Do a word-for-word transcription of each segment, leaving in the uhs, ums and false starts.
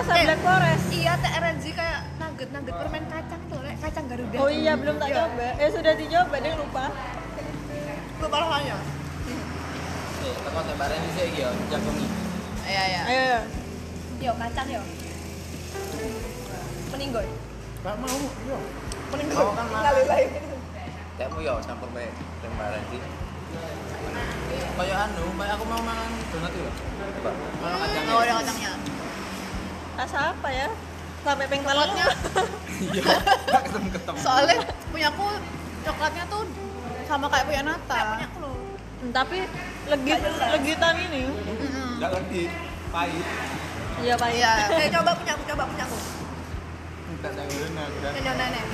rasa Eh, Black Forest. Iya, T R N Z kayak nugget-nugget permen kacang tuh, Lek. Kacang Garuda. Oh iya, belum tak Iya. coba. Eh sudah dicoba deh lupa. Lupa rasanya. Eh, teko tembaran iki iki ya, jagongi. Iya, iya. Ayo. Yo, kacang yo. Meninggoy. Gak mau, yo. Meninggoy. Mau kan, Mas? Kali lain. Kamu yo campur bae tembaran sih. Kayak anu, kayak aku mau makan donat itu. Coba. Mana kacangnya? Oh, ada kacangnya. Rasa apa ya? Sampai peng Coklatnya. Iya, gak ketemu-ketemu. Soalnya punya aku coklatnya tuh sama kayak punya Nata. Kayak punya aku loh. Hmm, tapi legit legitan ini. Gak ngerti, pahit. Iya Pak. Iya. Eh, coba punya aku, coba punya aku. Enggak sayuran aku dah. Yang nenek.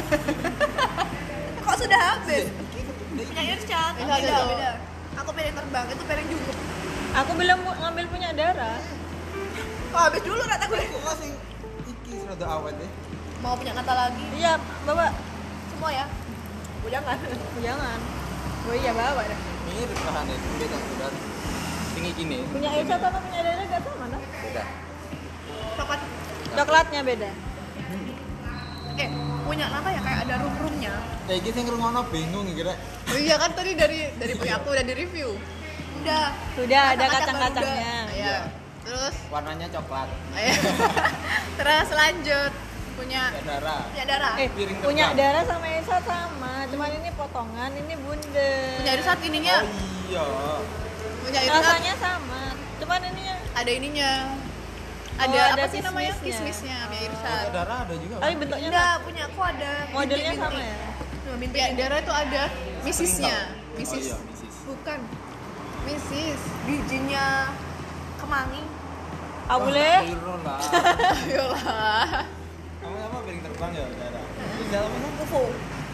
Kok sudah habis? Punya Irsyad. Beda, Beda, beda. beda. Aku piring terbang, itu piring juluk. Aku belum ngambil punya darah. Kok habis dulu kata gue. Kok masih iki rada awet ya? Mau punya Nata lagi? Iya, bawa. Semua ya? Oh, jangan. Jangan. Oh iya bawa dah. Mirip bahannya, beda udah. Tinggi gini. Punya Irsa sama punya darah gak sama dah. Beda. Coklat. Coklatnya beda. Eh, punya Nata ya kayak ada rum-rumnya. Kayak gitu yang ngrungokno bingung iki rek. Oh iya kan tadi dari dari punya aku udah di review. Udah. Sudah ada Kacang-kacang kacang-kacangnya. Iya. Terus Warnanya coklat. ayo. Terus lanjut punya Kayak darah. Punya darah. Eh, Piring punya terbang. darah sama Irsa sama, cuman ini potongan, ini bunda. punya Irsat ininya, Oh iya. punya Irsat Rasanya sama, cuman ini ya. ada ininya. Oh, Ada, ada apa sih namanya? kismisnya. Kismisnya punya Kayak Irsat. darah ada juga. Tapi bentuknya Enggak, sama. punya aku ada Modelnya bintik-bintik. sama ya. Cuma bintik. Punya darah itu ada misisnya. Oh Misis. iya, misis. Bukan. Misis. Bijinya kemangi. Ah boleh? Iron lah. Ayolah. Kamu apa piring terbang ya, darah? Terus dalamnya U F O.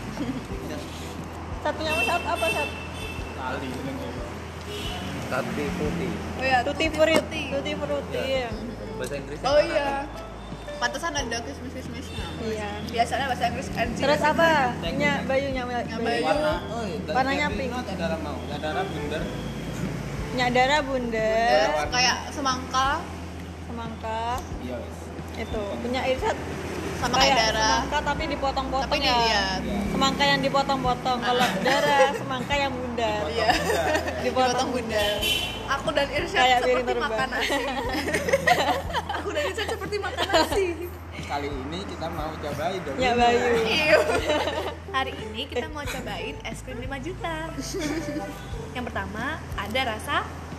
Satunya apa saat apa saat? tali seneng ya. Tati putih. Oh ya, Tutti frutti, tutti frutti. Iya. Iya. Bahasa Inggris. Oh iya. Pantesan ada kismis-kismisnya. Iya. biasanya bahasa Inggris N G. Terus apa? Nya bayunya Bayu. bayu. Warna, oh iya. Warnanya pink. Ada darah mau. Ada darah bundar. Nya darah bunda, Terus kayak semangka semangka. Iya, wis. Itu punya Irsat sama kayak darah. semangka tapi dipotong-potong Tapi di ya. iya. Semangka yang dipotong-potong. Kalau darah semangka yang bunda. Iya. Dipotong bunda. Aku dan Irsyad Kayak piring seperti terbang. makan nasi. Aku dan Irsyad seperti makan nasi. Kali ini kita mau cobain dong. Ya bayu. Iya. Hari ini kita mau cobain es krim lima juta. Yang pertama ada rasa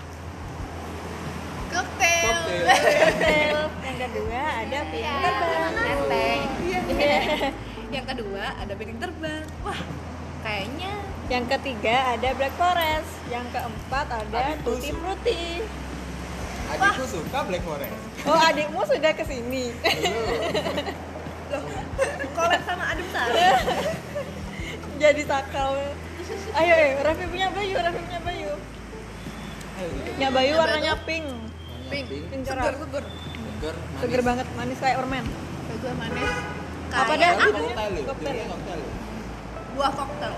Koktail. Koktail. Koktail. Yang kedua ada piring terbang. Nenteng. Iya. Yang kedua ada piring terbang. Wah, kayaknya Yang ketiga ada Black Forest. Yang keempat ada Adikku Tutti suka. Frutti. Adikku suka Black Forest. Oh adikmu sudah kesini. loh, collab sama Adem Sari. Jadi sakau. Ayo eh, Raffi punya Bayu, Raffi punya Bayu. Punya Bayu warnanya pink. Pink. Pink Seger, cerah. seger. Seger, manis. Seger banget, manis kayak permen. Juga manis. Apa Kayak dah? Tapi Aku- koktail loh, koktail. jadinya koktail. buah koktail.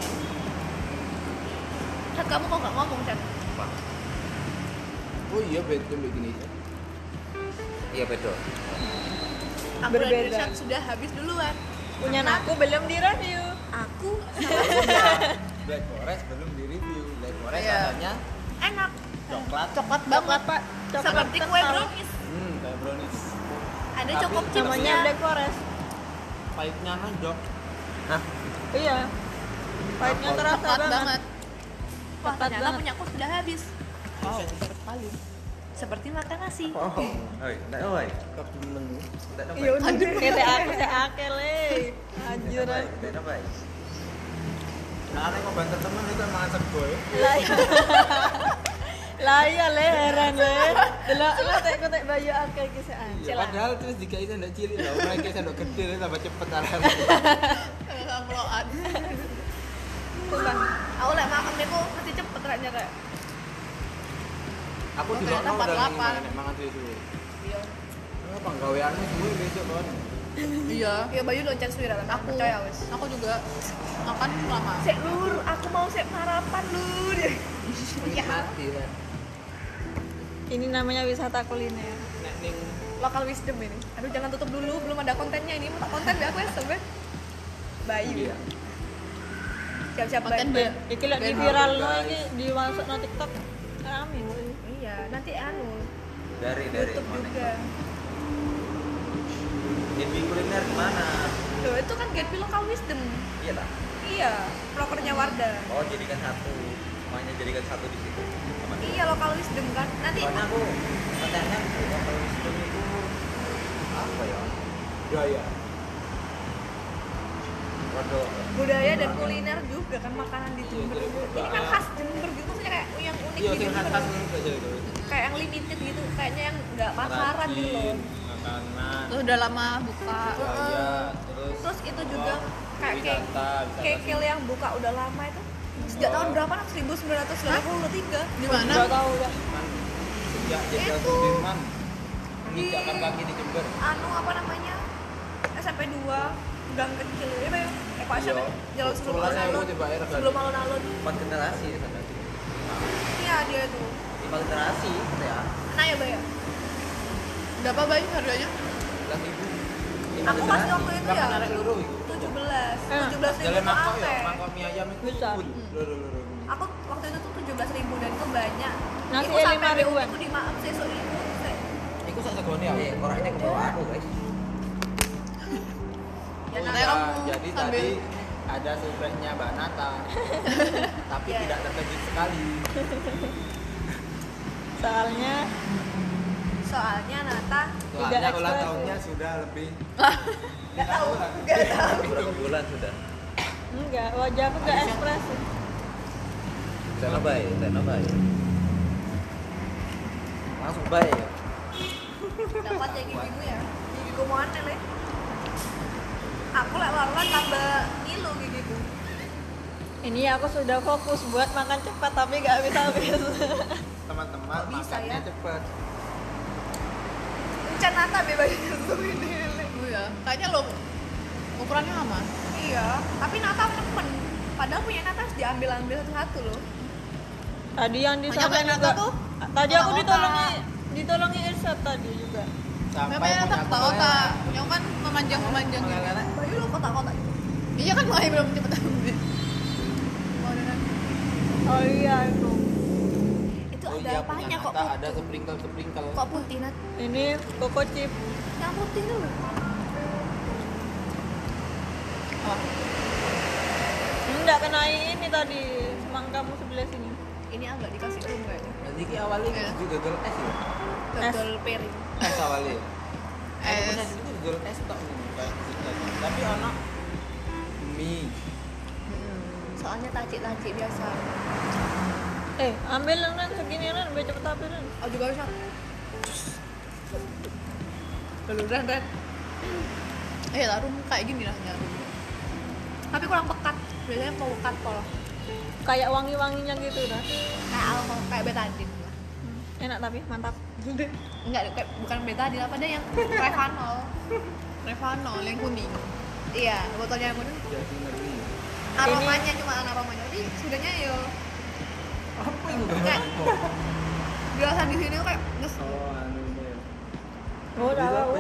Chat, kamu kok nggak ngomong, Chat? Apa? Oh iya, beda begini. Iya, beda. Aku dan Berbeda. Irsyad sudah habis duluan. Punya aku belum di review. Aku Black Forest belum di review. Black Forest Iya. rasanya enak. coklat. Coklat Coklat banget. pak. Coklat Seperti kue kental. brownies. Hmm, kayak brownies. Ada Tapi cokop Namanya chipsnya. Black Forest. Pahitnya nondok. Hah? Iya. Pahitnya Apa? terasa Coklat banget. banget. Wah, Coklat ternyata banget. punya aku sudah habis. Wow. Sekali. Seperti makan nasi. Oh, oi, ndak oi. Kok menu? Ndak Iya udah. Kita aku saya akeh le. Anjir. Ndak apa. Nah, aneh mau banter temen itu mangan sego ya. Lah iya. Lah iya le heran le. Delok lu tek kok tek Bayu akeh iki sik Ya, ancel. padahal terus jika itu ndak cilik loh, mereka sendok gede tambah cepet arahnya. Kalau meloan. Sumpah. Aku lek makan niku mesti cepet rasanya kayak. Aku Oh, di ternyata sono empat udah puluh delapan. nek mangan suwe-suwe. Iya. Oh, penggaweannya suwe besok kan. Iya. Ya Bayu loncat suwi ra Aku percaya wis. Aku juga makan lama. Sek lur, aku mau sek sarapan lur. Iya. Mati kan. Ini namanya wisata kuliner. Nek ning Local wisdom ini. Aduh jangan tutup dulu, belum ada kontennya ini. Mau konten gak aku ya sampai Bayu. Iya. Siap-siap Konten Bayu. Bayu. Iki lek di viral no iki di masuk no TikTok rame. Iya, nanti anu Dari dari YouTube mana? juga. Jadi kuliner gimana? Loh, itu kan Get Me Local Wisdom. Iya lah. Iya, prokernya Wardah. Oh jadikan satu, semuanya jadikan satu di situ. Sama dia. Iya, Local Wisdom kan. Nanti Soalnya aku kontennya kalau wisdom itu apa ya? Gaya. Waduh. budaya dan kuliner juga kan, makanan di Jember. Iya, Ini kan khas Jember gitu, maksudnya kayak yang unik Iya, gitu. yang khas khas itu aja itu. Kayak yang limited gitu, kayaknya yang nggak pasaran gitu loh. Makanan. Terus udah lama buka. Gaya, terus. Terus itu juga kayak kek wisata, wisata kekel yang buka udah lama itu sejak tahun berapa? seribu sembilan ratus sembilan puluh tiga. Di mana? Enggak tahu ya. Sudirman. Sejak Jenderal Itu. Sudirman Di- menginjakkan kaki di Jember. Anu apa namanya? S M P dua gang kecil ya, Bang. Eh, kok S M P? Iya. Jalan sebelum Sekolahnya alun-alun. itu coba ya, Regan. Sebelum alun-alun. Empat generasi ya sana. Iya, dia itu. Lima generasi ya. Nah ya, Bang. Berapa Bayu harganya? Belas ribu. Aku pas waktu itu ya Narik luru itu. tujuh belas. Eh, tujuh belas ribu Jalan itu mangkok ya, apa? mangkok mie ayam itu. Besar. Bun. Lho, lho, lho, lho. Aku waktu itu tuh tujuh belas ribu dan itu banyak. Nasi Iku sampai lima B U ribuan. aku di maaf sesuk iku. Sek. Iku sak segone ya. Eh, orangnya ke bawah aku, guys. Ya Nah, nah, kamu jadi sambil- tadi ada surprise-nya Mbak Nata. Tapi Iya. tidak terkejut sekali. Soalnya soalnya Nata Soalnya Tidak ulang ekspresif. tahunnya sudah lebih nggak tahu, nggak tahu. berapa bulan sudah. enggak, wajahku enggak ekspresif. Saya baik, saya baik. Langsung baik. Dapat ya gigimu ya. Gigiku mau aneh le. Aku lek lawan tambah ngilu gigiku. Ini aku sudah fokus buat makan cepat tapi nggak habis-habis. Teman-teman Kok bisa makannya ya? cepet. Encan Nata bebas itu ini. Le. Oh ya, kayaknya lo ukurannya sama. Iya, tapi Nata temen. Padahal punya Nata harus diambil-ambil satu-satu loh. Tadi yang di Punya sana Mbak Nata juga. tuh Tadi aku otak-otak. ditolongi ditolongi Irsat tadi juga. Sampai punya tak aku tahu kayak- tak. Punya aku kan memanjang-memanjang gitu. Meleleh. Bayu lo kotak-kotak. Iya kan makanya belum cepet ambil. Mau ada nanti. Oh iya itu. Itu Oh ada iya, apanya punya kok Nata putih? ada sprinkle-sprinkle. Kok putih Nat? Ini Koko Chip. Yang putih tuh. Apa? Enggak kena ini tadi semangkamu sebelah sini. Ini agak dikasih krim kayaknya. Nanti ki awalnya Iya. juga dodol es ya. Dodol piring. Es awalnya. Aku Es. punya dulu dodol es tok nih, kayak gitu. Tapi ono mie. Soalnya tacik-tacik biasa. Eh, ambil Ren segini Ren, biar cepet habis Ren. Oh juga bisa. Lalu Ren Ren. Eh, larum kayak gini lah ya. Tapi kurang pekat. Biasanya mau pekat pol. Kayak wangi-wanginya gitu Ren. Kayak alkohol, kayak betadine lah. Enak tapi mantap. Enggak, kayak bukan betadine apa ada yang revanol. Revanol yang kuning. Iya, botolnya yang kuning. Jadi ngeri. Aromanya cuma aromanya. Jadi sudahnya yo Apa itu? kayak jelasan di sini tuh kayak nges. Oh, anu ya. Oh, udah tahu.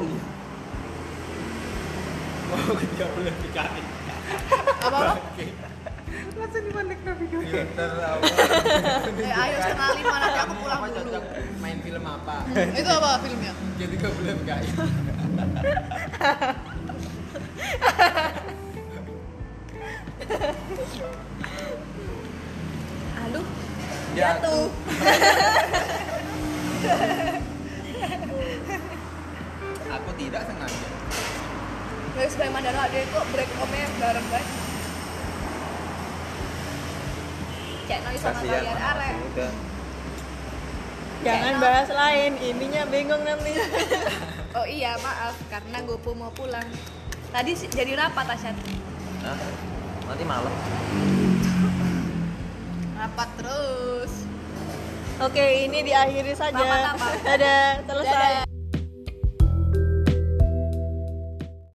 Mau tiga bulan dikali. Apa-apa? Langsung dibalik ke video. Filter apa? Eh, ayo setengah lima nanti aku Kamu pulang apa dulu. cocok main film apa? Itu apa filmnya? Jadi tiga bulan guys. Aduh, Jatuh. Aku tidak sengaja. guys, dari Mandala dia kok break home-nya bareng guys. Cek noy sama kalian arek. Udah. Jangan Enak. bahas lain, ininya bingung nanti. Oh iya, maaf karena Gopo mau pulang. Tadi si- jadi rapat Asyad. Hah? Nanti malam. Rapat terus. Oke, ini diakhiri saja. Rapat apa? Dadah, selesai. Dadah.